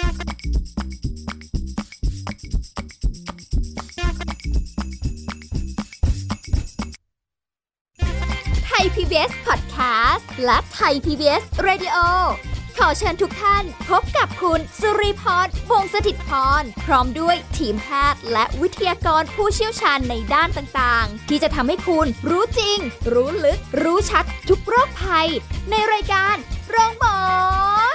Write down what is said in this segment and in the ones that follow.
ไทย PBS Podcast และไทย PBS Radio ขอเชิญทุกท่านพบกับคุณสุริพร วงศ์สถิตย์พรพร้อมด้วยทีมแพทย์และวิทยากรผู้เชี่ยวชาญในด้านต่างๆที่จะทำให้คุณรู้จริงรู้ลึกรู้ชัดทุกโรคภัยในรายการโรงพยาบาล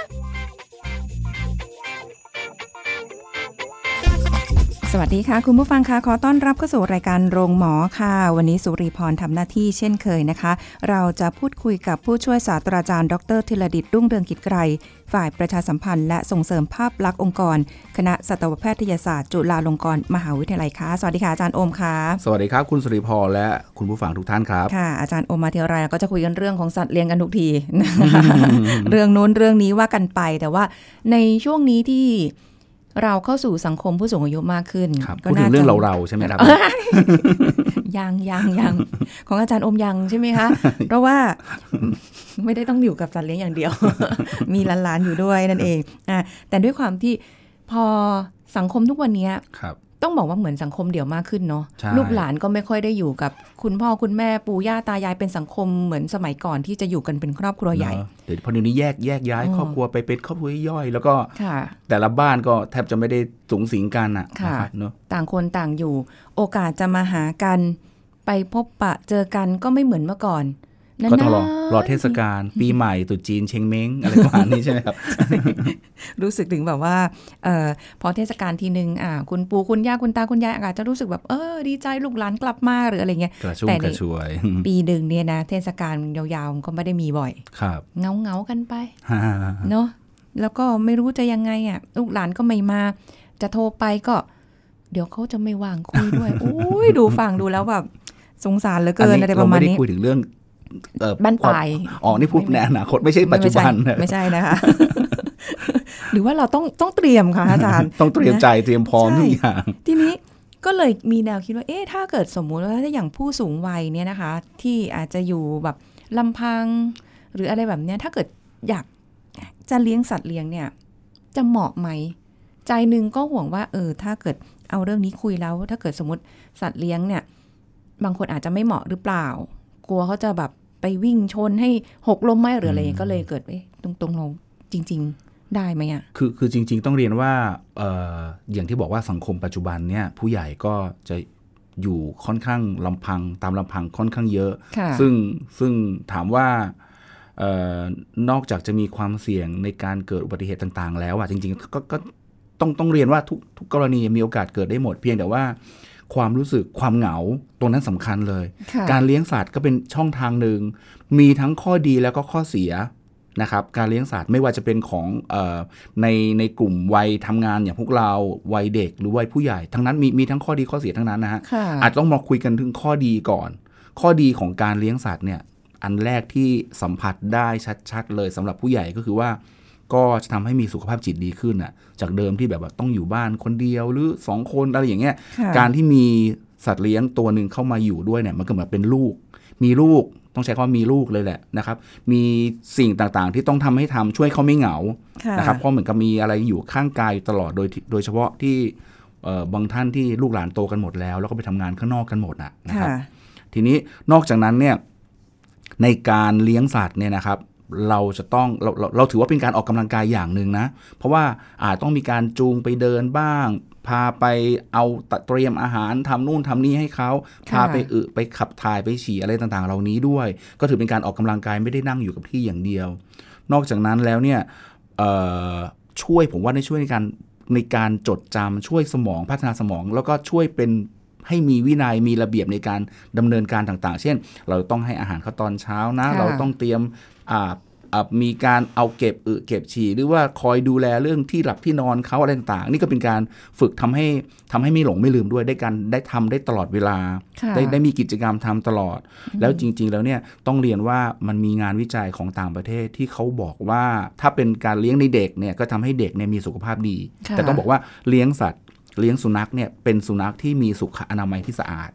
สวัสดีค่ะคุณผู้ฟังค่ะขอต้อนรับเข้าสู่รายการโรงหมอค่ะวันนี้สุริพรทำหน้าที่เช่นเคยนะคะเราจะพูดคุยกับผู้ช่วยศาสตราจารย์ดร.ธีรดิษฐ์รุ่งเรืองกิจไกรฝ่ายประชาสัมพันธ์และส่งเสริมภาพลักษณ์องค์กรคณะสัตวแพทยศาสตร์จุฬาลงกรณ์มหาวิทยาลัยค่ะสวัสดีค่ะอาจารย์โอมค่ะสวัสดีครับคุณสุริพรและคุณผู้ฟังทุกท่านครับค่ะอาจารย์โอมมาทีไรก็จะคุยกันเรื่องของสัตว์เลี้ยงกันทุกที เรื่องโน้นเรื่องนี้ว่ากันไปแต่ว่าในช่วงนี้ที่เราเข้าสู่สังคมผู้สูงอายุมากขึ้นก็พูดถึงเรื่องเราใช่ไหมครับยังของอาจารย์อมยังใช่ไหมคะ เพราะว่าไม่ได้ต้องอยู่กับสัตว์เลี้ยงอย่างเดียว มีหลานๆอยู่ด้วยนั่นเองแต่ด้วยความที่พอสังคมทุกวันนี้ต้องบอกว่าเหมือนสังคมเดี่ยวมากขึ้นเนาะลูกหลานก็ไม่ค่อยได้อยู่กับคุณพ่อคุณแม่ปู่ย่าตายายเป็นสังคมเหมือนสมัยก่อนที่จะอยู่กันเป็นครอบครัวใหญ่เดี๋ยวพอเดี๋ยวนี้แยกย้ายครอบครัวไปเป็นครอบครัวย่อยแล้วก็แต่ละบ้านก็แทบจะไม่ได้สุงสิงกันนะครับเนาะต่างคนต่างอยู่โอกาสจะมาหากันไปพบปะเจอกันก็ไม่เหมือนเมื่อก่อนก็ต้องรอเทศกาลปีใหม่ตรุษจีนเชงเม้งอะไรประมาณนี้ใช่ไหมครับรู้สึกถึงแบบว่าพอเทศกาลทีนึงคุณปู่คุณย่าคุณตาคุณยายอาจจะรู้สึกแบบดีใจลูกหลานกลับมาหรืออะไรเงี้ยแต่ในปีหนึ่งเนี่ยนะเทศกาลยาวๆก็ไม่ได้มีบ่อยเงากันไปเนาะแล้วก็ไม่รู้จะยังไงลูกหลานก็ไม่มาจะโทรไปก็เดี๋ยวเขาจะไม่ว่างคุยด้วยโอ้ยดูฟังดูแล้วแบบสงสารเหลือเกินอะไรประมาณนี้เราไม่ได้คุยถึงเรื่องบ้านปลายนี่พูดในอนาคตไม่ใช่ปัจจุบันไม่ใช่นะคะ หรือว่าเราต้องเตรียมค่ะอาจารย์ต้องเตรียมใจเตรียมพร้อมทุกอย่างทีนี้ก็เลยมีแนวคิดว่าถ้าเกิดสมมุติว่าถ้าอย่างผู้สูงวัยเนี่ยนะคะที่อาจจะอยู่แบบลำพังหรืออะไรแบบเนี้ยถ้าเกิดอยากจะเลี้ยงสัตว์เลี้ยงเนี่ยจะเหมาะไหมใจนึงก็ห่วงว่าถ้าเกิดเอาเรื่องนี้คุยแล้วถ้าเกิดสมมติสัตว์เลี้ยงเนี่ยบางคนอาจจะไม่เหมาะหรือเปล่ากลัวเขาจะแบบไปวิ่งชนให้หกล้มไหมหรืออะไรก็เลยเกิดตรงลงจริงๆได้ไหมคือจริงๆต้องเรียนว่าอย่างที่บอกว่าสังคมปัจจุบันเนี่ยผู้ใหญ่ก็จะอยู่ค่อนข้างลำพังตามลำพังค่อนข้างเยอะซึ่งถามว่านอกจากจะมีความเสี่ยงในการเกิดอุบัติเหตุต่างๆแล้วจริงๆก็ต้องเรียนว่าทุกกรณีมีโอกาสเกิดได้หมดเพียงแต่ว่าความรู้สึกความเหงาตรงนั้นสำคัญเลยการเลี้ยงสัตว์ก็เป็นช่องทางหนึ่งมีทั้งข้อดีแล้วก็ข้อเสียนะครับการเลี้ยงสัตว์ไม่ว่าจะเป็นของในกลุ่มวัยทำงานอย่างพวกเราวัยเด็กหรือวัยผู้ใหญ่ทั้งนั้นมีทั้งข้อดีข้อเสียทั้งนั้นนะฮะอาจต้องมาคุยกันถึงข้อดีก่อนข้อดีของการเลี้ยงสัตว์เนี่ยอันแรกที่สัมผัสได้ชัดๆเลยสำหรับผู้ใหญ่ก็คือว่าก็จะทำให้มีสุขภาพจิตดีขึ้นจากเดิมที่แบบว่าต้องอยู่บ้านคนเดียวหรือ2คนอะไรอย่างเงี้ยการที่มีสัตว์เลี้ยงตัวนึงเข้ามาอยู่ด้วยเนี่ยมันก็เหมือนเป็นลูกมีลูกต้องใช้คำว่ามีลูกเลยแหละนะครับมีสิ่งต่างๆที่ต้องทำให้ทำช่วยเขาไม่เหงานะครับเพราะเหมือนกับมีอะไรอยู่ข้างกายตลอดโดยเฉพาะที่บางท่านที่ลูกหลานโตกันหมดแล้วก็ไปทำงานข้างนอกกันหมดนะครับทีนี้นอกจากนั้นเนี่ยในการเลี้ยงสัตว์เนี่ยนะครับเราจะต้องเราถือว่าเป็นการออกกำลังกายอย่างหนึ่งนะเพราะว่าอาจต้องมีการจูงไปเดินบ้างพาไปเอาเตรียมอาหารทำนู่นทำนี่ให้เขาพาไปไปขับถ่ายไปฉี่อะไรต่างๆเหล่านี้ด้วยก็ถือเป็นการออกกำลังกายไม่ได้นั่งอยู่กับที่อย่างเดียวนอกจากนั้นแล้วเนี่ยช่วยผมว่าช่วยในการจดจำช่วยสมองพัฒนาสมองแล้วก็ช่วยเป็นให้มีวินัยมีระเบียบในการดำเนินการต่างๆเช่นเราต้องให้อาหารเขาตอนเช้านะเราต้องเตรียมมีการเอาเก็บฉี่หรือว่าคอยดูแลเรื่องที่หลับที่นอนเขาอะไรต่างๆนี่ก็เป็นการฝึกทำให้ไม่หลงไม่ลืมด้วยได้ทำได้ตลอดเวลาได้มีกิจกรรมทำตลอดแล้วจริงๆแล้วเนี่ยต้องเรียนว่ามันมีงานวิจัยของต่างประเทศที่เขาบอกว่าถ้าเป็นการเลี้ยงในเด็กเนี่ยก็ทำให้เด็กเนี่ยมีสุขภาพดีแต่ต้องบอกว่าเลี้ยงสัตว์เลี้ยงสุนัขเนี่ยเป็นสุนัขที่มีสุขอนามัยที่สะอาด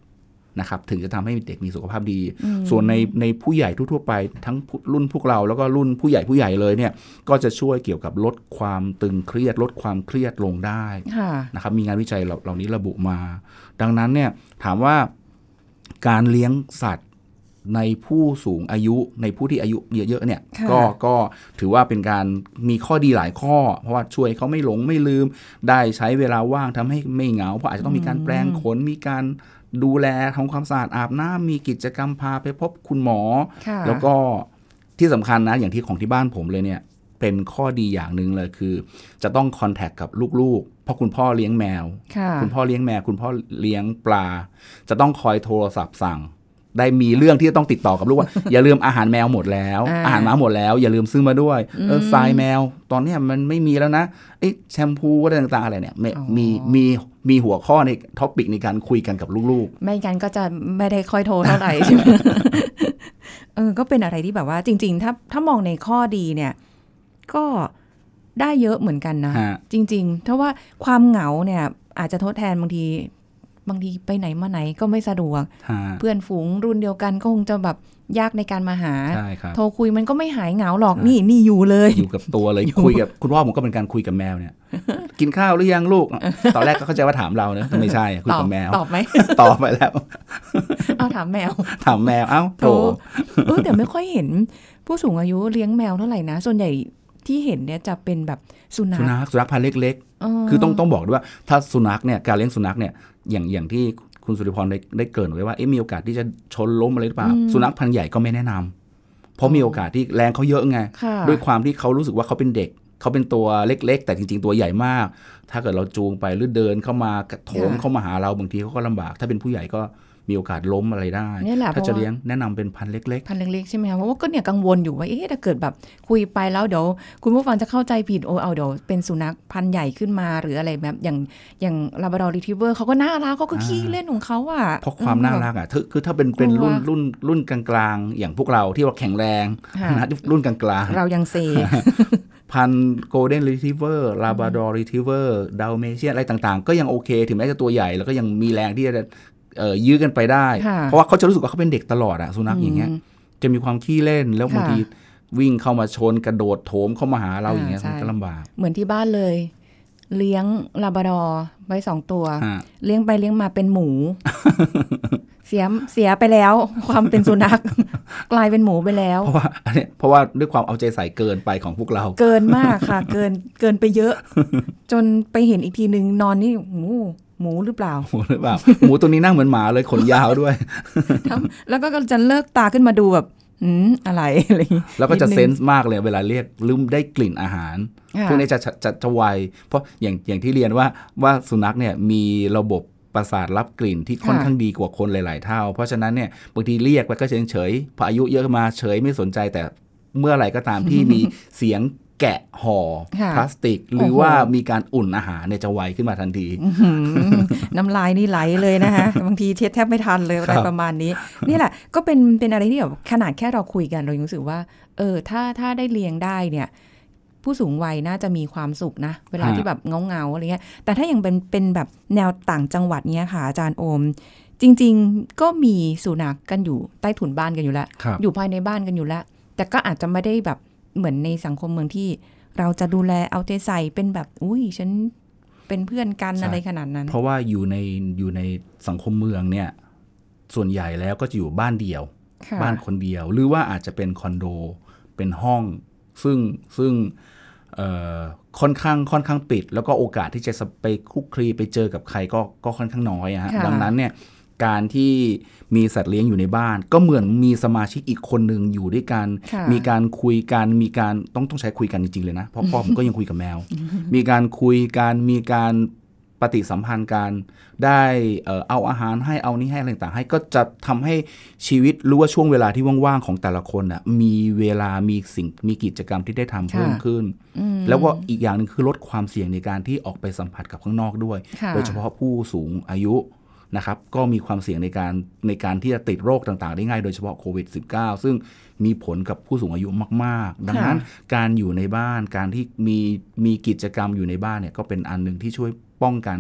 นะครับถึงจะทำให้เด็กมีสุขภาพดีส่วนในผู้ใหญ่ทั่วๆไปทั้งรุ่นพวกเราแล้วก็รุ่นผู้ใหญ่เลยเนี่ยก็จะช่วยเกี่ยวกับลดความตึงเครียดลดความเครียดลงได้นะครับมีงานวิจัยเหล่านี้ระบุมาดังนั้นเนี่ยถามว่าการเลี้ยงสัตว์ในผู้สูงอายุในผู้ที่อายุเยอะๆเนี่ยก็ถือว่าเป็นการมีข้อดีหลายข้อเพราะว่าช่วยเขาไม่หลงไม่ลืมได้ใช้เวลาว่างทำให้ไม่เหงาเพราะอาจจะต้องมีการแปรงขนมีการดูแลทำความสะอาดอาบน้ำมีกิจกรรมพาไปพบคุณหมอแล้วก็ที่สำคัญนะอย่างที่ของที่บ้านผมเลยเนี่ยเป็นข้อดีอย่างหนึ่งเลยคือจะต้องคอนแทคกับลูกๆเพราะคุณพ่อเลี้ยงแมวคุณพ่อเลี้ยงแมวคุณพ่อเลี้ยงปลาจะต้องคอยโทรศัพท์สั่งได้มีเรื่องที่จะต้องติดต่อกับลูกว่า อย่าลืมอาหารแมวหมดแล้วอาหารหมาหมดแล้วอย่าลืมซื้อมาด้วยทรายแมวตอนนี้มันไม่มีแล้วนะแชมพูอะไรต่างๆอะไรเนี่ยมีหัวข้อในท็อปิกในการคุยกันกับลูกๆไม่งั้นก็จะไม่ได้ค่อยโทรเท่าไหร่ใช่ไหม ก็เป็นอะไรที่แบบว่าจริงๆถ้ามองในข้อดีเนี่ยก็ได้เยอะเหมือนกันนะจริงๆเพราะว่าความเหงาเนี่ยอาจจะทดแทนบางทีไปไหนมาไหนก็ไม่สะดวกเพื่อนฝูงรุ่นเดียวกันก็คงจะแบบยากในการมาหาโทรคุยมันก็ไม่หายเหงาหรอกนี่อยู่เลยอยู่กับตัวเลยคุยกับคุณพ่อผมก็เป็นการคุยกับแมวเนี่ย กินข้าวหรือยังลูกตอนแรกก็เข้าใจว่าถามเรานะไม่ใช่คุยกับแมวตอบไหมตอบไปแล้วเอาถามแมวเอ้าโถแต่ไม่ค่อยเห็นผู้สูงอายุเลี้ยงแมวเท่าไหร่นะส่วนใหญ่ที่เห็นเนี่ยจะเป็นแบบสุนัขพันธุ์เล็กๆคือต้องบอกด้วยว่าถ้าสุนัขเนี่ยการเลี้ยงสุนัขเนี่ยอย่างที่คุณสุริพรได้เกริ่นไว้ว่ามีโอกาสที่จะชนล้มอะไรหรือเปล่าสุนัขพันธุ์ใหญ่ก็ไม่แนะนำเพราะมีโอกาสที่แรงเขาเยอะไงด้วยความที่เขารู้สึกว่าเขาเป็นเด็กเขาเป็นตัวเล็กๆแต่จริงๆตัวใหญ่มากถ้าเกิดเราจูงไปหรือเดินเข้ามากระโถมเข้ามาหาเราบางทีเขาก็ลำบากถ้าเป็นผู้ใหญ่ก็มีโอกาสล้มอะไรได้ถ้าจะเลี้ยงแนะนำเป็นพันธุ์เล็กๆใช่ไหมคะเพราะว่าก็เนี่ยกังวลอยู่ว่าถ้าเกิดแบบคุยไปแล้วเดี๋ยวคุณผู้ฟังจะเข้าใจผิดเอาเดี๋ยวเป็นสุนัขพันธุ์ใหญ่ขึ้นมาหรืออะไรแบบอย่างลาบราดอร์รีทรีเวอร์เขาก็น่ารักเขาก็ขี้เล่นของเขาอ่ะเพราะความน่ารักอ่ะคือถ้าเป็นรุ่นกลางๆอย่างพวกเราที่ว่าแข็งแรงนะรุ่นกลางๆเรายังเซพันโกลเด้นรีทรีเวอร์ลาบราดอร์รีทรีเวอร์ดัลเมเชียนอะไรต่างๆก็ยังโอเคถึงแม้จะตัวใหญ่แล้วก็ยังมีแรงที่จะยื้อกันไปได้เพราะว่าเขาจะรู้สึกว่าเขาเป็นเด็กตลอดอะสุนัขอย่างเงี้ยจะมีความขี้เล่นแล้วบางทีวิ่งเข้ามาชนกระโดดโถมเข้ามาหาเราอย่างเงี้ยก็ลำบากเหมือนที่บ้านเลยเลี้ยงลาบราดอร์ไว้2ตัวเลี้ยงไปเลี้ยงมาเป็นหมู เสียไปแล้วความเป็นสุนัข กลายเป็นหมูไปแล้วเพราะว่าด้วยความเอาใจใส่เกินไปของพวกเราเกินมากค่ะเกินไปเยอะ จนไปเห็นอีกทีนึงนอนนี่หมูหรือเปล่าหมูตัวนี้นั่งเหมือนหมาเลยขนยาวด้วยแล้วก็จะเลิกตาขึ้นมาดูแบบอะไรแล้วก็จะเซนส์มากเลยเวลาเรียกลืมได้กลิ่นอาหารพวกนี้จะไวเพราะอย่างที่เรียนว่าสุนัขเนี่ยมีระบบประสาทรับกลิ่นที่ค่อนข้างดีกว่าคนหลายๆเท่าเพราะฉะนั้นเนี่ยบางทีเรียกไปก็เฉยพออายุเยอะมาเฉยไม่สนใจแต่เมื่อไหร่ก็ตามที่มีเสียงแกะห่อพลาสติกหรือว่ามีการอุ่นอาหารเนี่ยจะไวขึ้นมาทันทีน้ำลายนี่ไหลเลยนะคะบางทีแทบไม่ทันเลยอะไรประมาณนี้นี่แหละก็เป็นอะไรที่แบบขนาดแค่เราคุยกันเรารู้สึกว่าถ้าได้เลี้ยงได้เนี่ยผู้สูงวัยน่าจะมีความสุขนะเวลาที่แบบเงาอะไรเงี้ยแต่ถ้ายังเป็นแบบแนวต่างจังหวัดเนี้ยค่ะอาจารย์โอมจริงๆก็มีสุนัขกันอยู่ใต้ถุนบ้านกันอยู่แล้วอยู่ภายในบ้านกันอยู่แล้วแต่ก็อาจจะไม่ได้แบบเหมือนในสังคมเมืองที่เราจะดูแลเอาใจใส่เป็นแบบฉันเป็นเพื่อนกันอะไรขนาดนั้นเพราะว่าอยู่ในสังคมเมืองเนี่ยส่วนใหญ่แล้วก็จะอยู่บ้านเดียวบ้านคนเดียวหรือว่าอาจจะเป็นคอนโดเป็นห้องซึ่งค่อนข้างปิดแล้วก็โอกาสที่จะไปคลุกคลีไปเจอกับใครก็ค่อนข้างน้อยฮะดังนั้นเนี่ยการที่มีสัตว์เลี้ยงอยู่ในบ้านก็เหมือนมีสมาชิกอีกคนหนึ่งอยู่ด้วยกันมีการคุยกันมีการต้องใช้คุยกันจริงๆเลยนะเพราะพ่อผมก็ยังคุยกับแมวมีการคุยกันมีการปฏิสัมพันธ์กันได้เอาอาหารให้เอานี้ให้อะไรต่างๆให้ก็จะทำให้ชีวิตรู้ว่าช่วงเวลาที่ว่างๆของแต่ละคนมีเวลามีกิจกรรมที่ได้ทำเพิ่มขึ้นแล้วก็อีกอย่างนึงคือลดความเสี่ยงในการที่ออกไปสัมผัสกับข้างนอกด้วยโดยเฉพาะผู้สูงอายุนะครับก็มีความเสี่ยงในการที่จะติดโรคต่างๆได้ง่ายโดยเฉพาะโควิด -19 ซึ่งมีผลกับผู้สูงอายุมากๆดังนั้นการอยู่ในบ้านการที่มีกิจกรรมอยู่ในบ้านเนี่ยก็เป็นอันนึงที่ช่วยป้องกัน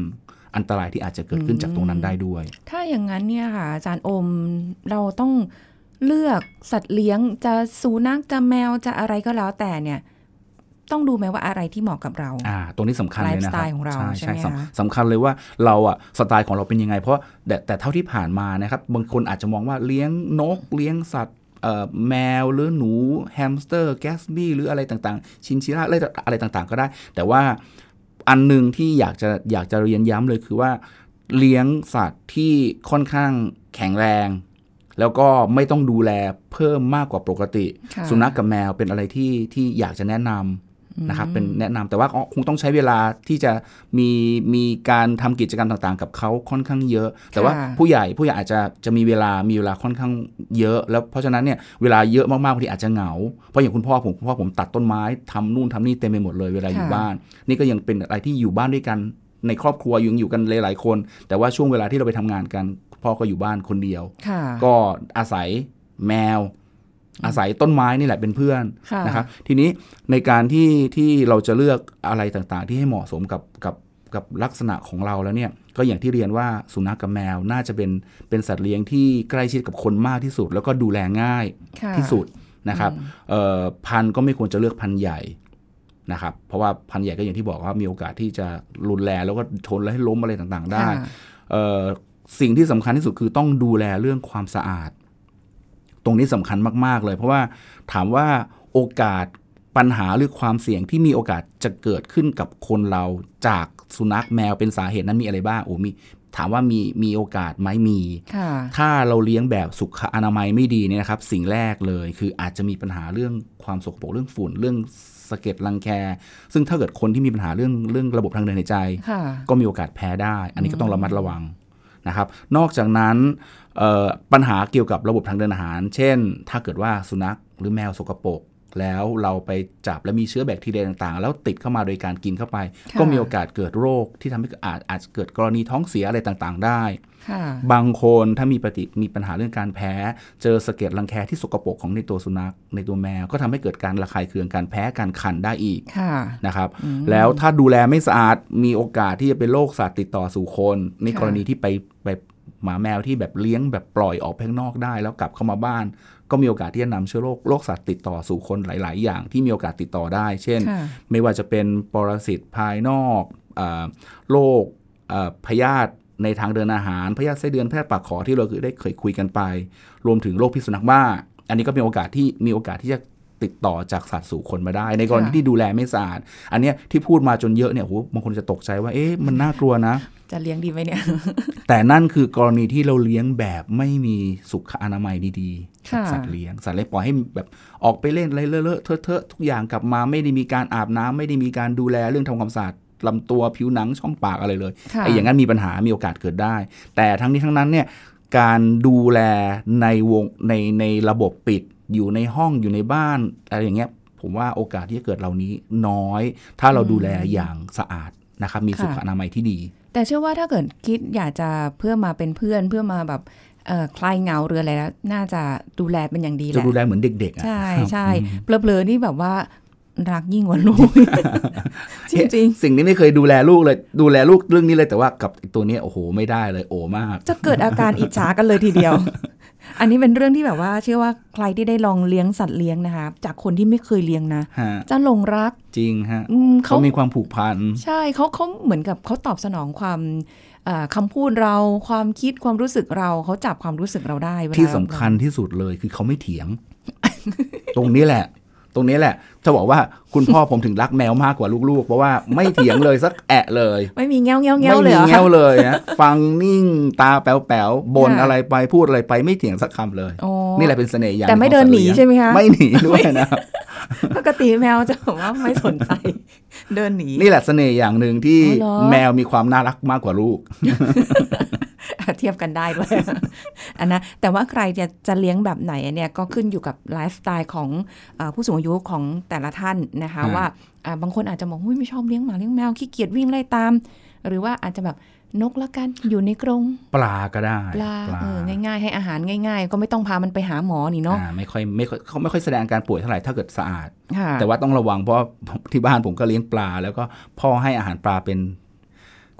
อันตรายที่อาจจะเกิดขึ้นจากตรงนั้นได้ด้วยถ้าอย่างนั้นเนี่ยค่ะอาจารย์อมเราต้องเลือกสัตว์เลี้ยงจะสุนัขจะแมวจะอะไรก็แล้วแต่เนี่ยต้องดูไหมว่าอะไรที่เหมาะกับเราตรงนี้สำคัญเลยนะครับไลฟ์สไตล์ของเราใช่ไหมคะสำคัญเลยว่าเราสไตล์ของเราเป็นยังไงเพราะแต่เท่าที่ผ่านมานะครับบางคนอาจจะมองว่าเลี้ยงนกเลี้ยงสัตว์แมวหรือหนูแฮมสเตอร์แกสบี้หรืออะไรต่างๆชินชิล่าอะไรต่างๆก็ได้แต่ว่าอันนึงที่อยากจะเรียนย้ำเลยคือว่าเลี้ยงสัตว์ที่ค่อนข้างแข็งแรงแล้วก็ไม่ต้องดูแลเพิ่มมากกว่าปกติสุนัขกับแมวเป็นอะไรที่อยากจะแนะนำนะครับเป็นแนะนำแต่ว่าคงต้องใช้เวลาที่จะมีการทำกิจกรรมต่างๆกับเขาค่อนข้างเยอะแต่ว่าผู้ใหญ่อาจจะมีเวลาค่อนข้างเยอะแล้วเพราะฉะนั้นเนี่ยเวลาเยอะมากๆบางทีอาจจะเหงาเพราะอย่างคุณพ่อผมตัดต้นไม้ทำนู่นทำนี่เต็มไปหมดเลยเวลาอยู่บ้านนี่ก็ยังเป็นอะไรที่อยู่บ้านด้วยกันในครอบครัวอยู่กันหลายๆคนแต่ว่าช่วงเวลาที่เราไปทำงานกันพ่อก็อยู่บ้านคนเดียวก็อาศัยแมวอาศัยต้นไม้นี่แหละเป็นเพื่อนนะครับทีนี้ในการที่เราจะเลือกอะไรต่างๆที่ให้เหมาะสมกับลักษณะของเราแล้วเนี่ยก็อย่างที่เรียนว่าสุนัขกับแมวน่าจะเป็นสัตว์เลี้ยงที่ใกล้ชิดกับคนมากที่สุดแล้วก็ดูแลง่ายที่สุดนะครับพันธุ์ก็ไม่ควรจะเลือกพันธุ์ใหญ่นะครับเพราะว่าพันธุ์ใหญ่ก็อย่างที่บอกว่ามีโอกาสที่จะรุนแรงแล้วก็ชนแล้วให้ล้มอะไรต่างๆได้สิ่งที่สำคัญที่สุดคือต้องดูแลเรื่องความสะอาดตรงนี้สำคัญมากๆเลยเพราะว่าถามว่าโอกาสปัญหาหรือความเสี่ยงที่มีโอกาสจะเกิดขึ้นกับคนเราจากสุนัขแมวเป็นสาเหตุนั้นมีอะไรบ้างถามว่ามีโอกาสไหมมีถ้าเราเลี้ยงแบบสุขอนามัยไม่ดีเนี่ยนะครับสิ่งแรกเลยคืออาจจะมีปัญหาเรื่องความสกปรกเรื่องฝุ่นเรื่องสะเก็ดรังแคซึ่งถ้าเกิดคนที่มีปัญหาเรื่องระบบทางเดินหายใจก็มีโอกาสแพ้ได้อันนี้ก็ต้องระมัดระวังนะครับนอกจากนั้นปัญหาเกี่ยวกับระบบทางเดินอาหารเช่นถ้าเกิดว่าสุนัขหรือแมวสกปรกแล้วเราไปจับแล้วมีเชื้อแบคทีเรียต่างๆแล้วติดเข้ามาโดยการกินเข้าไปก็มีโอกาสเกิดโรคที่ทำให้อาจจะเกิดกรณีท้องเสียอะไรต่างๆได้บางคนถ้ามีปัญหาเรื่องการแพ้เจอสะเก็ดรังแคที่สกปรกของในตัวสุนัขในตัวแมวก็ทำให้เกิดการระคายเคืองการแพ้การคันได้อีกนะครับแล้วถ้าดูแลไม่สะอาดมีโอกาสที่จะเป็นโรคสัตว์ติดต่อสู่คนในกรณีที่ไปหมาแมวที่แบบเลี้ยงแบบปล่อยออกไปข้างนอกได้แล้วกลับเข้ามาบ้านก็มีโอกาสที่จะนำเชื้อโรคสัตว์ติดต่อสู่คนหลายๆอย่างที่มีโอกาสติดต่อได้เช่นไม่ว่าจะเป็นปรสิตภายนอกโรคพยาธิในทางเดินอาหารพยาธิไส้เดือนพยาธิปากขอที่เราเคยคุยกันไปรวมถึงโรคพิษสุนัขบ้าอันนี้ก็มีโอกาสที่จะติดต่อจากสัตว์สู่คนมาได้ในกรณีที่ดูแลไม่สะอาดอันนี้ที่พูดมาจนเยอะเนี่ยบางคนจะตกใจว่ามันน่ากลัวนะจะเลี้ยงดีไหมเนี่ยแต่นั่นคือกรณีที่เราเลี้ยงแบบไม่มีสุขอนามัยดีๆสัตว์เลี้ยงปล่อยให้แบบออกไปเล่นอะไรเลอะเทอะทุกอย่างกลับมาไม่ได้มีการอาบน้ำไม่ได้มีการดูแลเรื่องทำความสะอาดลำตัวผิวหนังช่องปากอะไรเลยอย่างนั้นมีปัญหามีโอกาสเกิดได้แต่ทั้งนี้ทั้งนั้นเนี่ยการดูแลในระบบปิดอยู่ในห้องอยู่ในบ้านอะไรอย่างเงี้ยผมว่าโอกาสที่จะเกิดเหล่านี้น้อยถ้าเราดูแลอย่างสะอาดนะครับมีสุขอนามัยที่ดีแต่เชื่อว่าถ้าเกิดคิดอยากจะเพื่อมาเป็นเพื่อนเพื่อมาแบบคลายเหงาหรืออะไรแล้วน่าจะดูแลเป็นอย่างดีแหละจะดูแลเหมือนเด็กๆใช่ใช่เปลอๆนี่แบบว่ารักยิ่งกว่าลูก จริงๆสิ่งนี้ไม่เคยดูแลลูกเลยดูแลลูกเรื่องนี้เลยแต่ว่ากับตัวนี้โอ้โหไม่ได้เลยโอ้มากจะเกิดอาการอิจฉากันเลยทีเดียว อันนี้เป็นเรื่องที่แบบว่าเชื่อว่าใครที่ได้ลองเลี้ยงสัตว์เลี้ยงนะคะจากคนที่ไม่เคยเลี้ยงนะจะหลงรักจริงฮะเขามีความผูกพันใช่เขาเหมือนกับเขาตอบสนองความคำพูดเราความคิดความรู้สึกเขาจับความรู้สึกเราได้ที่สำคัญที่สุดเลยคือเขาไม่เถียง ตรงนี้แหละจะบอกว่าคุณพ่อผมถึงรักแมวมากกว่าลูกๆเพราะว่าไม่เถียงเลยสักแอะเลยไม่มีแง่วเลยไม่มีแง่วเลยนะฟังนิ่งตาแป๋วๆบ่นอะไรไปพูดอะไรไปไม่เถียงสักคำเลยนี่แหละเป็นเสน่ห์อย่างแต่ไม่เดินหนีใช่ไหมคะไม่หนีด้วยนะปกติแมวจะบอกว่าไม่สนใจเดินหนีนี่แหละเสน่ห์อย่างหนึ่งที่แมวมีความน่ารักมากกว่าลูกเทียบกันได้ด้วยอันนะแต่ว่าใครจะเลี้ยงแบบไหนเนี่ยก็ขึ้นอยู่กับไลฟ์สไตล์ของผู้สูงอายุของแต่ละท่านนะคะว่าบางคนอาจจะบอกไม่ชอบเลี้ยงหมาเลี้ยงแมวขี้เกียจวิ่งไล่ตามหรือว่าอาจจะแบบนกละกันอยู่ในกรงปลาก็ได้ปลาง่ายๆให้อาหารง่ายๆก็ไม่ต้องพามันไปหาหมอนี่เนาะเขาไม่ค่อยแสดงการป่วยเท่าไหร่ถ้าเกิดสะอาดแต่ว่าต้องระวังเพราะที่บ้านผมก็เลี้ยงปลาแล้วก็พ่อให้อาหารปลาเป็น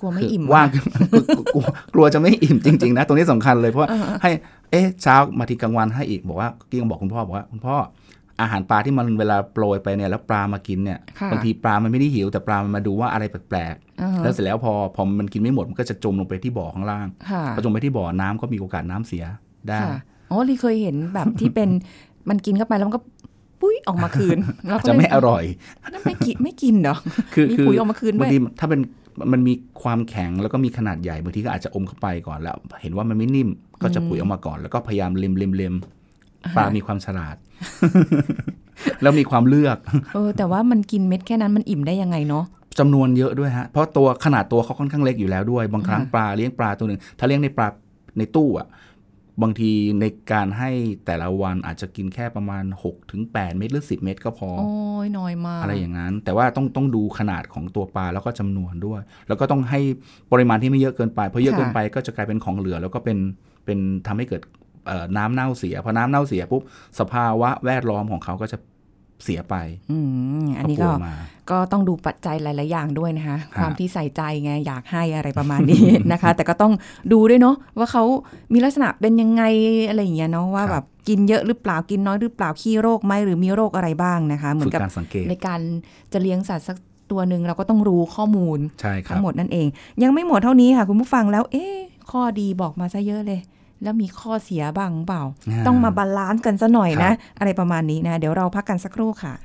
กลัวไม่อิ่มว่าง กลัวจะไม่อิ่มจริงๆนะตรงนี้สำคัญเลยเพราะให้เช้ามาทีกลางวันให้อีกบอกว่ากี้ก็บอกคุณพ่อบอกว่าคุณพ่ออาหารปลาที่มันเวลาโปรยไปเนี่ยแล้วปลามากินเนี่ยบางทีปลามันไม่ได้หิวแต่ปลามันมาดูว่าอะไรแปลกๆแล้วเสร็จแล้วพอมันกินไม่หมดมันก็จะจมลงไปที่บ่อข้างล่างพอจมไปที่บ่อน้ำก็มีโอกาสน้ำเสียได้อ๋อลีเคยเห็นแบบที่เป็นมันกินเข้าไปแล้วมันก็ปุ้ยออกมาคืนแล้วจะไม่อร่อยไม่กินเหรอมีปุ๋ยออกมาคืนด้วยบางทีถ้ามันมีความแข็งแล้วก็มีขนาดใหญ่บางทีก็อาจจะอมเข้าไปก่อนแล้วเห็นว่ามันไม่นิ่มก็จะปุ๋ยออกมาก่อนแล้วก็พยายามเล็มปลามีความฉลาด แล้วมีความเลือกแต่ว่ามันกินเม็ดแค่นั้นมันอิ่มได้ยังไงเนาะจำนวนเยอะด้วยฮะเพราะขนาดตัวเขาค่อนข้างเล็กอยู่แล้วด้วยบางครั้งปลาเลี้ยงปลาตัวนึงถ้าเลี้ยงในตู้อ่ะบางทีในการให้แต่ละวันอาจจะกินแค่ประมาณ 6-8 เม็ดหรือ10 เม็ดก็พอโอ้ยน้อยมากอะไรอย่างนั้นแต่ว่าต้องดูขนาดของตัวปลาแล้วก็จำนวนด้วยแล้วก็ต้องให้ปริมาณที่ไม่เยอะเกินไปเพราะเยอะเกินไปก็จะกลายเป็นของเหลือแล้วก็เป็นทำให้เกิดน้ำเน่าเสียพอน้ำเน่าเสียปุ๊บสภาวะแวดล้อมของเขาก็จะเสียไปอันนี้ก็ต้องดูปัจจัยหลายๆอย่างด้วยนะคะความที่ใส่ใจไงอยากให้อะไรประมาณนี้นะคะแต่ก็ต้องดูด้วยเนาะว่าเขามีลักษณะเป็นยังไงอะไรอย่างเงี้ยเนาะว่าแบบกินเยอะหรือเปล่ากินน้อยหรือเปล่าขี้โรคไหมหรือมีโรคอะไรบ้างนะคะเหมือนกับในการจะเลี้ยงสัตว์สักตัวนึงเราก็ต้องรู้ข้อมูลทั้งหมดนั่นเองยังไม่หมดเท่านี้ค่ะคุณผู้ฟังแล้วข้อดีบอกมาซะเยอะเลยแล้วมีข้อเสียบ้างเปล่าต้องมาบาลานซ์กันซะหน่อยนะอะไรประมาณนี้นะเดี๋ยวเราพักกันสักครู่ค่ะ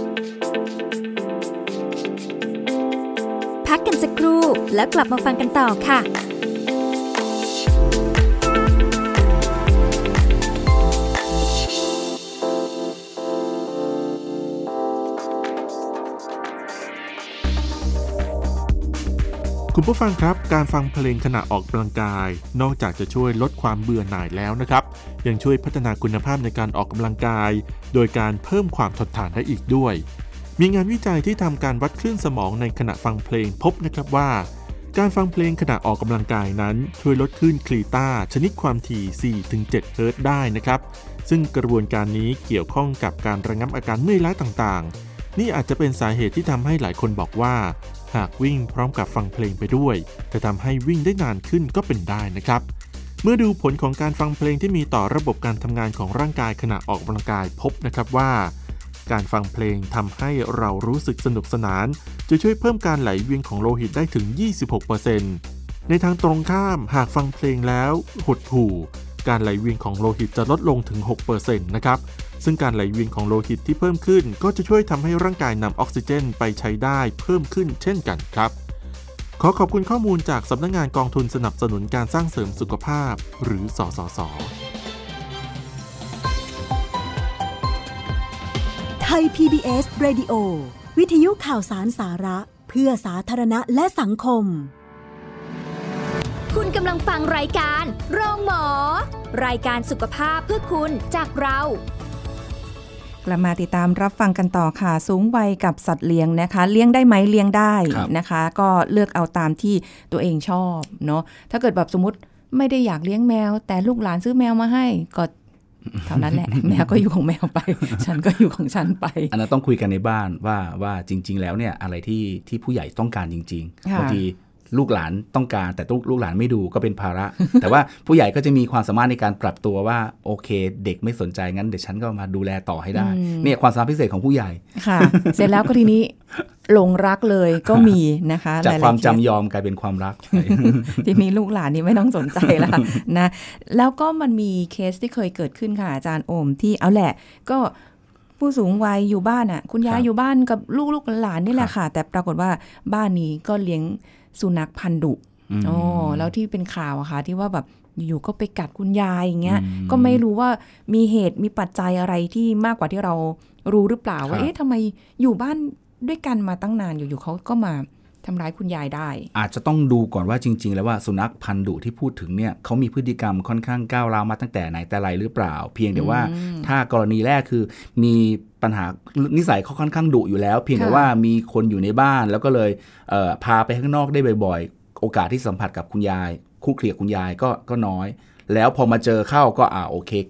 พักกันสักครู่แล้วกลับมาฟังกันต่อค่ะคุณผู้ฟังครับการฟังเพลงขณะออกกำลังกายนอกจากจะช่วยลดความเบื่อหน่ายแล้วนะครับยังช่วยพัฒนาคุณภาพในการออกกำลังกายโดยการเพิ่มความทนทานได้อีกด้วยมีงานวิจัยที่ทำการวัดคลื่นสมองในขณะฟังเพลงพบนะครับว่าการฟังเพลงขณะออกกำลังกายนั้นช่วยลดคลื่นคลีต้าชนิดความถี่ 4-7 เฮิรตซ์ได้นะครับซึ่งกระบวนการนี้เกี่ยวข้องกับการระงับอาการเมื่อยล้าต่างๆนี่อาจจะเป็นสาเหตุที่ทำให้หลายคนบอกว่าหากวิ่งพร้อมกับฟังเพลงไปด้วยจะทำให้วิ่งได้นานขึ้นก็เป็นได้นะครับเมื่อดูผลของการฟังเพลงที่มีต่อระบบการทำงานของร่างกายขณะออกกำลังกายพบนะครับว่าการฟังเพลงทำให้เรารู้สึกสนุกสนานจะช่วยเพิ่มการไหลเวียนของโลหิตได้ถึง 26% ในทางตรงข้ามหากฟังเพลงแล้วหดหู่การไหลเวียนของโลหิตจะลดลงถึง 6% นะครับซึ่งการไหลเวียนของโลหิตที่เพิ่มขึ้นก็จะช่วยทำให้ร่างกายนำออกซิเจนไปใช้ได้เพิ่มขึ้นเช่นกันครับขอขอบคุณข้อมูลจากสำนักงานกองทุนสนับสนุนการสร้างเสริมสุขภาพหรือสสส. ไทย PBS Radio วิทยุข่าวสารสาระเพื่อสาธารณะและสังคมคุณกำลังฟังรายการโรงหมอรายการสุขภาพเพื่อคุณจากเรากลับมาติดตามรับฟังกันต่อค่ะสูงวัยกับสัตว์เลี้ยงนะคะเลี้ยงได้ไหมเลี้ยงได้นะคะก็เลือกเอาตามที่ตัวเองชอบเนาะถ้าเกิดแบบสมมติไม่ได้อยากเลี้ยงแมวแต่ลูกหลานซื้อแมวมาให้ก็เท่านั้นแหละ แมวก็อยู่ของแมวไป ฉันก็อยู่ของฉันไปอันนั้นต้องคุยกันในบ้านว่าจริงๆแล้วเนี่ยอะไรที่ผู้ใหญ่ต้องการจริงๆบางทีลูกหลานต้องการแต่ลูกหลานไม่ดูก็เป็นภาระ แต่ว่าผู้ใหญ่ก็จะมีความสามารถในการปรับตัวว่าโอเคเด็กไม่สนใจงั้นเดี๋ยวฉันก็มาดูแลต่อให้ได้เนี่ยความสามารถพิเศษของผู้ใหญ่ค่ะ เสร็จแล้วก็ทีนี้หลงรักเลยก็มีนะคะจากความจำยอมกลายเป็นความรักทีนี้ลูกหลานนี่ไม่ต้องสนใจแล้วนะแล้วก็มันมีเคสที่เคยเกิดขึ้นค่ะอาจารย์โอมที่เอาแหละก็ผู้สูงวัยอยู่บ้านอ่ะคุณยายอยู่บ้านกับลูกหลานนี่แหละค่ะแต่ปรากฏว่าบ้านนี้ก็เลี้ยงสุนัขพันธุ์ดุแล้วที่เป็นข่าวอะค่ะที่ว่าแบบอยู่ก็ไปกัดคุณยายอย่างเงี้ยก็ไม่รู้ว่ามีเหตุมีปัจจัยอะไรที่มากกว่าที่เรารู้หรือเปล่าว่าทำไมอยู่บ้านด้วยกันมาตั้งนานอยู่ๆเขาก็มาทำร้ายคุณยายได้อาจจะต้องดูก่อนว่าจริงๆแล้วว่าสุนัขพันธุ์ดุที่พูดถึงเนี่ยเขามีพฤติกรรมค่อนข้างก้าวร้าวมาตั้งแต่ไหนแต่ไรหรือเปล่าเพียงแต่ว่าถ้ากรณีแรกคือมีปัญหานิสัยเขาค่อนข้างดุอยู่แล้วเพียงแต่ว่ามีคนอยู่ในบ้านแล้วก็เลยพาไปข้างนอกได้บ่อยๆโอกาสที่สัมผัสกับคุณยายคู่เคลียร์คุณยายก็น้อยแล้วพอมาเจอเข้าก็โอเคกัด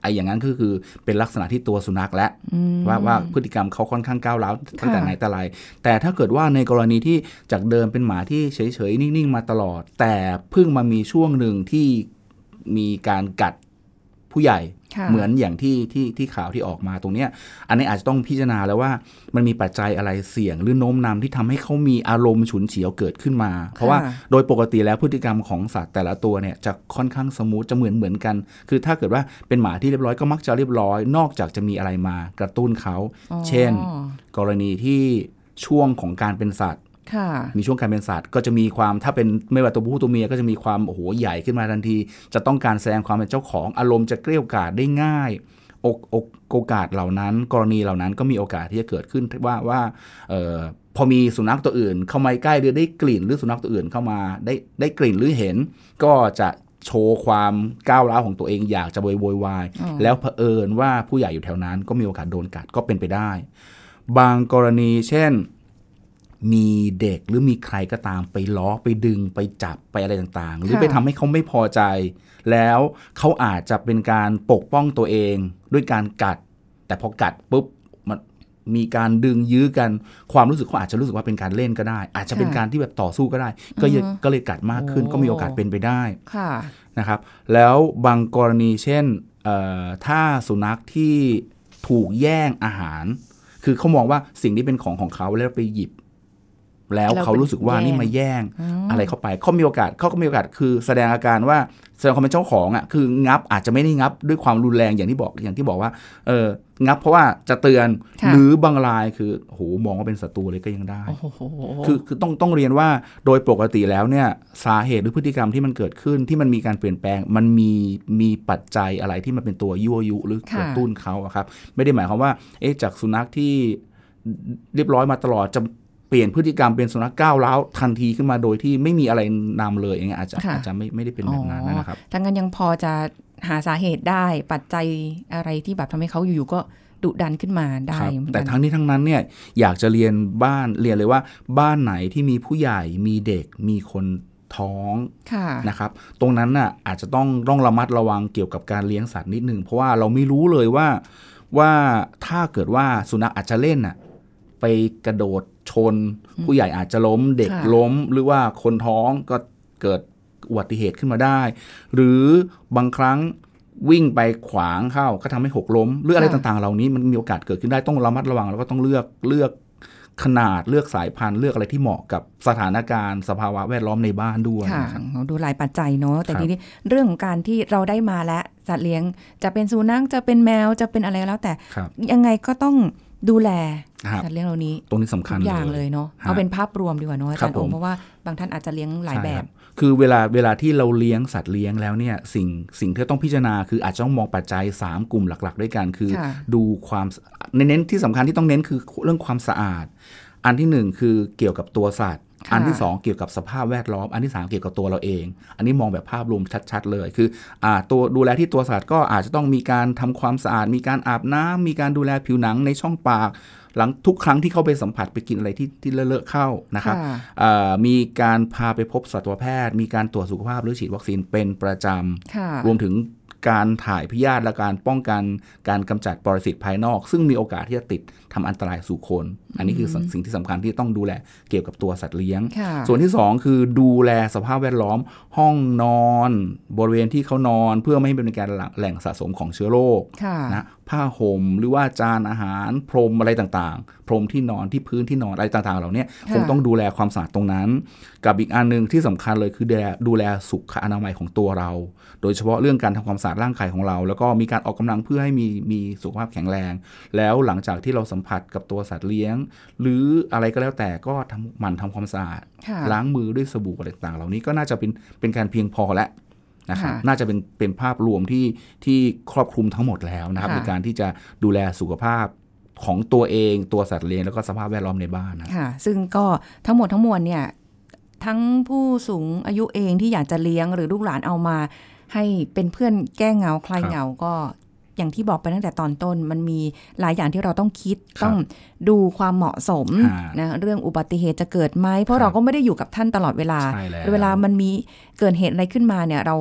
ไอ้อย่างนั้นก็คือเป็นลักษณะที่ตัวสุนัขและว่าพฤติกรรมเขาค่อนข้างก้าวร้าวตั้งแต่ไหนแต่ไรแต่ถ้าเกิดว่าในกรณีที่จากเดิมเป็นหมาที่เฉยๆนิ่งๆมาตลอดแต่เพิ่งมามีช่วงหนึ่งที่มีการกัดผู้ใหญ่เหมือนอย่างที่ข่าวที่ออกมาตรงเนี้ยอันนี้อาจจะต้องพิจารณาแล้วว่ามันมีปัจจัยอะไรเสี่ยงหรือโน้มนำที่ทำให้เขามีอารมณ์ฉุนเฉียวเกิดขึ้นมาเพราะว่าโดยปกติแล้วพฤติกรรมของสัตว์แต่ละตัวเนี่ยจะค่อนข้างสมูทจะเหมือนกันคือถ้าเกิดว่าเป็นหมาที่เรียบร้อยก็มักจะเรียบร้อยนอกจากจะมีอะไรมากระตุ้นเขาเช่นกรณีที่ช่วงของการเป็นสัตว์มีช่วงการเป็นสัตว์ก็จะมีความถ้าเป็นไม่ว่าตัวผู้ตัวเมียก็จะมีความโอ้โหใหญ่ขึ้นมาทันทีจะต้องการแสดงความเป็นเจ้าของอารมณ์จะเกรี้ยวกราดได้ง่ายโอกาสเหล่านั้นกรณีเหล่านั้นก็มีโอกาสที่จะเกิดขึ้นว่าพอมีสุนัขตัวอื่นเข้ามาใกล้หรือได้กลิ่นหรือสุนัขตัวอื่นเข้ามาได้กลิ่นหรือเห็นก็จะโชว์ความก้าวร้าวของตัวเองอยากจะโวยวายแล้วเผอิญว่าผู้ใหญ่อยู่แถวนั้นก็มีโอกาสโดนกัดก็เป็นไปได้บางกรณีเช่นมีเด็กหรือมีใครก็ตามไปล้อไปดึงไปจับไปอะไรต่างๆหรือไปทำให้เขาไม่พอใจแล้วเขาอาจจะเป็นการปกป้องตัวเองด้วยการกัดแต่พอกัดปุ๊บมันมีการดึงยื้อกันความรู้สึกเขาอาจจะรู้สึกว่าเป็นการเล่นก็ได้อาจจะเป็นการที่แบบต่อสู้ก็ได้ก็เลยกัดมากขึ้นก็มีโอกาสเป็นไปได้นะครับแล้วบางกรณีเช่นถ้าสุนัขที่ถูกแย่งอาหารคือเขามองว่าสิ่งที่เป็นของเขาแล้วไปหยิบแล้วเขารู้สึกว่านี่มาแย่งอะไรเข้าไปเขาก็มีโอกาสคือแสดงอาการว่าแสดงความเป็นเจ้าของอ่ะคืองับอาจจะไม่ได้งับด้วยความรุนแรงอย่างที่บอกว่างับเพราะว่าจะเตือนหรือบางรายคือโหมองว่าเป็นศัตรูเลยก็ยังได้คือต้องเรียนว่าโดยปกติแล้วเนี่ยสาเหตุหรือพฤติกรรมที่มันเกิดขึ้นที่มันมีการเปลี่ยนแปลงมันมีปัจจัยอะไรที่มันเป็นตัวยั่วยุหรือกระตุ้นเขาครับไม่ได้หมายความว่าจากสุนัขที่เรียบร้อยมาตลอดจะเปลี่ยนพฤติกรรมเป็นสุนัขก้าวร้าวทันทีขึ้นมาโดยที่ไม่มีอะไรนำเลยอย่างเงี้ยอาจจะไม่ได้เป็นแบบนั้นนะครับทั้งนั้นยังพอจะหาสาเหตุได้ปัจจัยอะไรที่แบบทำให้เขาอยู่ๆก็ดุดันขึ้นมาได้แต่ทั้งนี้ทั้งนั้นเนี่ยอยากจะเรียนเลยว่าบ้านไหนที่มีผู้ใหญ่มีเด็กมีคนท้องนะครับตรงนั้นน่ะอาจจะต้องระมัดระวังเกี่ยวกับการเลี้ยงสัตว์นิดนึงเพราะว่าเราไม่รู้เลยว่าถ้าเกิดว่าสุนัขอาจจะเล่นน่ะไปกระโดดชนผู้ใหญ่อาจจะล้มเด็กล้มหรือว่าคนท้องก็เกิดอุบัติเหตุขึ้นมาได้หรือบางครั้งวิ่งไปขวางเข้าก็ทำให้หกล้มหรืออะไรต่างๆเหล่านี้มันมีโอกาสเกิดขึ้นได้ต้องระมัดระวังแล้วก็ต้องเลือกขนาดเลือกสายพันธุ์เลือกอะไรที่เหมาะกับสถานการณ์สภาวะแวดล้อมในบ้านด้วยดูหลายปัจจัยเนาะแต่ทีนี้เรื่องของการที่เราได้มาแล้วสัตว์เลี้ยงจะเป็นสุนัขจะเป็นแมวจะเป็นอะไรแล้วแต่ยังไงก็ต้องดูแลสัตว์เลี้ยงเหล่านี้ตรงนี้สำคัญอย่างเลยเนาะเอาเป็นภาพรวมดีกว่าเนาะอาจารย์เพราะว่าบางท่านอาจจะเลี้ยงหลายแบบคือเวลาที่เราเลี้ยงสัตว์เลี้ยงแล้วเนี่ยสิ่งที่ต้องพิจารณาคืออาจจะต้องมองปัจจัย3กลุ่มหลักๆด้วยกันคือดูความเน้นที่สำคัญที่ต้องเน้นคือเรื่องความสะอาดอันที่1คือเกี่ยวกับตัวสัตว์อันที่2เกี่ยวกับสภาพแวดล้อมอันที่3เกี่ยวกับตัวเราเองอันนี้มองแบบภาพรวมชัดๆเลยคือตัวดูแลที่ตัวสัตว์ก็อาจจะต้องมีการทำความสะอาดมีการอาบน้ำมีการดูแลผิวหนังในช่องปากหลังทุกครั้งที่เข้าไปสัมผัสไปกินอะไรที่เลอะๆเข้านะครับมีการพาไปพบสัตวแพทย์มีการตรวจสุขภาพหรือฉีดวัคซีนเป็นประจำรวมถึงการถ่ายพยาธิและการป้องกันการกำจัดปรสิตภายนอกซึ่งมีโอกาสที่จะติดทำอันตรายสู่คนอันนี้คือสิ่งที่สำคัญที่ต้องดูแลเกี่ยวกับตัวสัตว์เลี้ยงส่วนที่2คือดูแลสภาพแวดล้อมห้องนอนบริเวณที่เขานอนเพื่อไม่ให้เป็นการแหล่งสะสมของเชื้อโรคนะผ้าห่มหรือว่าจานอาหารพรมอะไรต่างๆพรมที่นอนที่พื้นที่นอนอะไรต่างๆเหล่านี้คงต้องดูแลความสะอาดตรงนั้นกับอีกอันนึงที่สำคัญเลยคือดูแลสุขอนามัยของตัวเราโดยเฉพาะเรื่องการทำความสะอาดร่างกายของเราแล้วก็มีการออกกำลังเพื่อให้มีสุขภาพแข็งแรงแล้วหลังจากที่เราสัมผัสกับตัวสัตว์เลี้ยงหรืออะไรก็แล้วแต่ก็หมั่นทำความสะอาดล้างมือด้วยสบู่อะไรต่างๆเหล่านี้ก็น่าจะเป็นการเพียงพอแล้วนะครับน่าจะเป็นภาพรวมที่ครอบคลุมทั้งหมดแล้วนะครับในการที่จะดูแลสุขภาพของตัวเองตัวสัตว์เลี้ยงแล้วก็สภาพแวดล้อมในบ้านค่ะซึ่งก็ทั้งหมดทั้งมวลเนี่ยทั้งผู้สูงอายุเองที่อยากจะเลี้ยงหรือลูกหลานเอามาให้เป็นเพื่อนแก้เหงาคลายเหงาก็อย่างที่บอกไปตั้งแต่ตอนต้นมันมีหลายอย่างที่เราต้องคิดต้องดูความเหมาะสมนะเรื่องอุบัติเหตุจะเกิดไหมเพราะเราก็ไม่ได้อยู่กับท่านตลอดเวลามันมีเกิดเหตุอะไรขึ้นมาเนี่ยเรา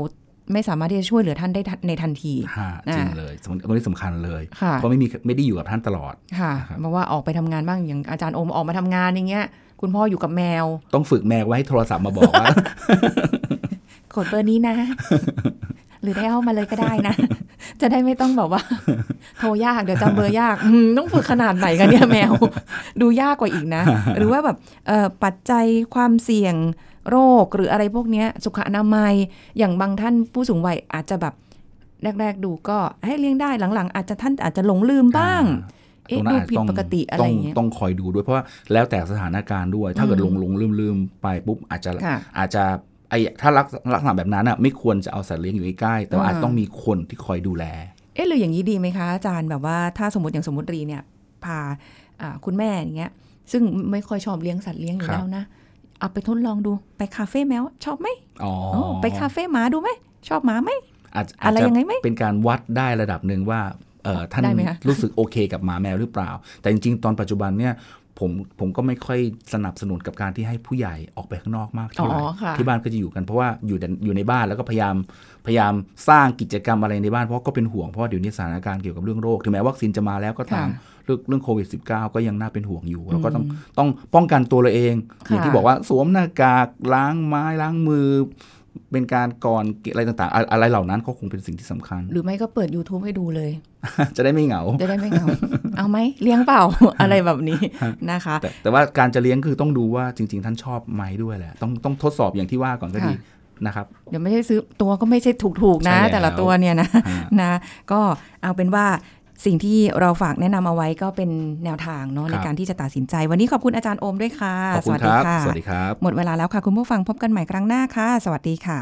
ไม่สามารถที่จะช่วยเหลือท่านได้ในทันทีจริงเลยตรงนี้สำคัญเลยเพราะไม่ได้อยู่กับท่านตลอดค่ะเพราะว่าออกไปทำงานบ้างอย่างอาจารย์โอมออกมาทำงานอย่างเงี้ยคุณพ่ออยู่กับแมวต้องฝึกแมวไว้ให้โทรศัพท์มาบอกว่ากดเบอร์นี้นะหรือได้เอามาเลยก็ได้นะจะได้ไม่ต้องแบบว่าโทรยากเดี๋ยวจำเบอร์ยากต้องฝึกขนาดไหนกันเนี่ยแมวดูยากกว่าอีกนะหรือว่าแบบปัจจัยความเสี่ยงโรคหรืออะไรพวกนี้สุขอนามัยอย่างบางท่านผู้สูงวัยอาจจะแบบแรกๆดูก็ให้เลี้ยงได้หลังๆอาจจะหลงลืมบ้างดูผิดปกติอะไรอย่างเงี้ยต้องคอยดูด้วยเพราะว่าแล้วแต่สถานการณ์ด้วยถ้าเกิดหลงลืมไปปุ๊บอาจจะถ้าลักษณะแบบนั้นอ่ะไม่ควรจะเอาสัตว์เลี้ยงอยู่ใกล้แต่ว่าอาจต้องมีคนที่คอยดูแลหรืออย่างนี้ดีไหมคะอาจารย์แบบว่าถ้าสมมติรีเนี่ยพาคุณแม่อย่างเงี้ยซึ่งไม่ค่อยชอบเลี้ยงสัตว์เลี้ยงอยู่แล้วนะเอาไปทดลองดูไปคาเฟ่แมวชอบไหมไปคาเฟ่หมาดูไหมชอบหมาไหมอะไรยังไงไหมเป็นการวัดได้ระดับหนึ่งว่าท่านรู้สึกโอเคกับหมาแมวหรือเปล่าแต่จริงๆตอนปัจจุบันเนี่ยผมก็ไม่ค่อยสนับสนุนกับการที่ให้ผู้ใหญ่ออกไปข้างนอกมากเท่าไหร่ที่บ้านก็จะอยู่กันเพราะว่าอยู่ในบ้านแล้วก็พยายามสร้างกิจกรรมอะไรในบ้านเพราะก็เป็นห่วงเพราะเดี๋ยวนี้สถานการณ์เกี่ยวกับเรื่องโรคถึงแม้วัคซีนจะมาแล้วก็ตามเรื่องโควิด -19 ก็ยังน่าเป็นห่วงอยู่แล้วก็ต้องป้องกันตัวเราเองอย่างที่บอกว่าสวมหน้ากากล้างไม้ล้างมือเป็นการก่อนอะไรต่างๆอะไรเหล่านั้นก็คงเป็นสิ่งที่สำคัญหรือไม่ก็เปิด YouTube ให้ดูเลยจะได้ไม่เหงาเอาไหมเลี้ยงเปล่า อะไรแบบนี้นะคะแต่ว่าการจะเลี้ยงคือต้องดูว่าจริงๆท่านชอบไหมด้วยแหละต้องทดสอบอย่างที่ว่าก่อนก็ดีนะครับเดี๋ยวไม่ใช่ซื้อตัวก็ไม่ใช่ถูกๆนะแต่ละตัวเนี่ยนะก็เอาเป็นว่าสิ่งที่เราฝากแนะนำเอาไว้ก็เป็นแนวทางเนาะในการที่จะตัดสินใจวันนี้ขอบคุณอาจารย์โอมด้วยค่ะสวัสดีค่ะสวัสดีครับหมดเวลาแล้วค่ะคุณผู้ฟังพบกันใหม่ครั้งหน้าค่ะสวัสดีค่ะ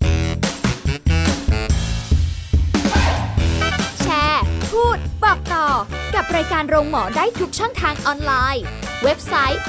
แชร์พูดบอกต่อกับรายการโรงหมอได้ทุกช่องทางออนไลน์เว็บไซต์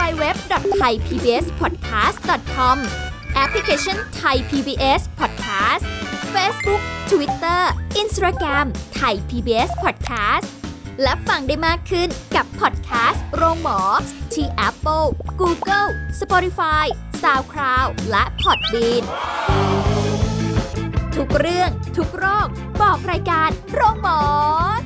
www.thaipbspodcast.com แอปพลิเคชัน Thai PBS Podcast Facebook Twitter Instagram Thai PBS Podcast และฟังได้มากขึ้นกับพอดแคสต์โรงหมอที่ Apple, Google, Spotify, SoundCloud และ Podbean ทุกเรื่องทุกโรคบอกรายการโรงหมอ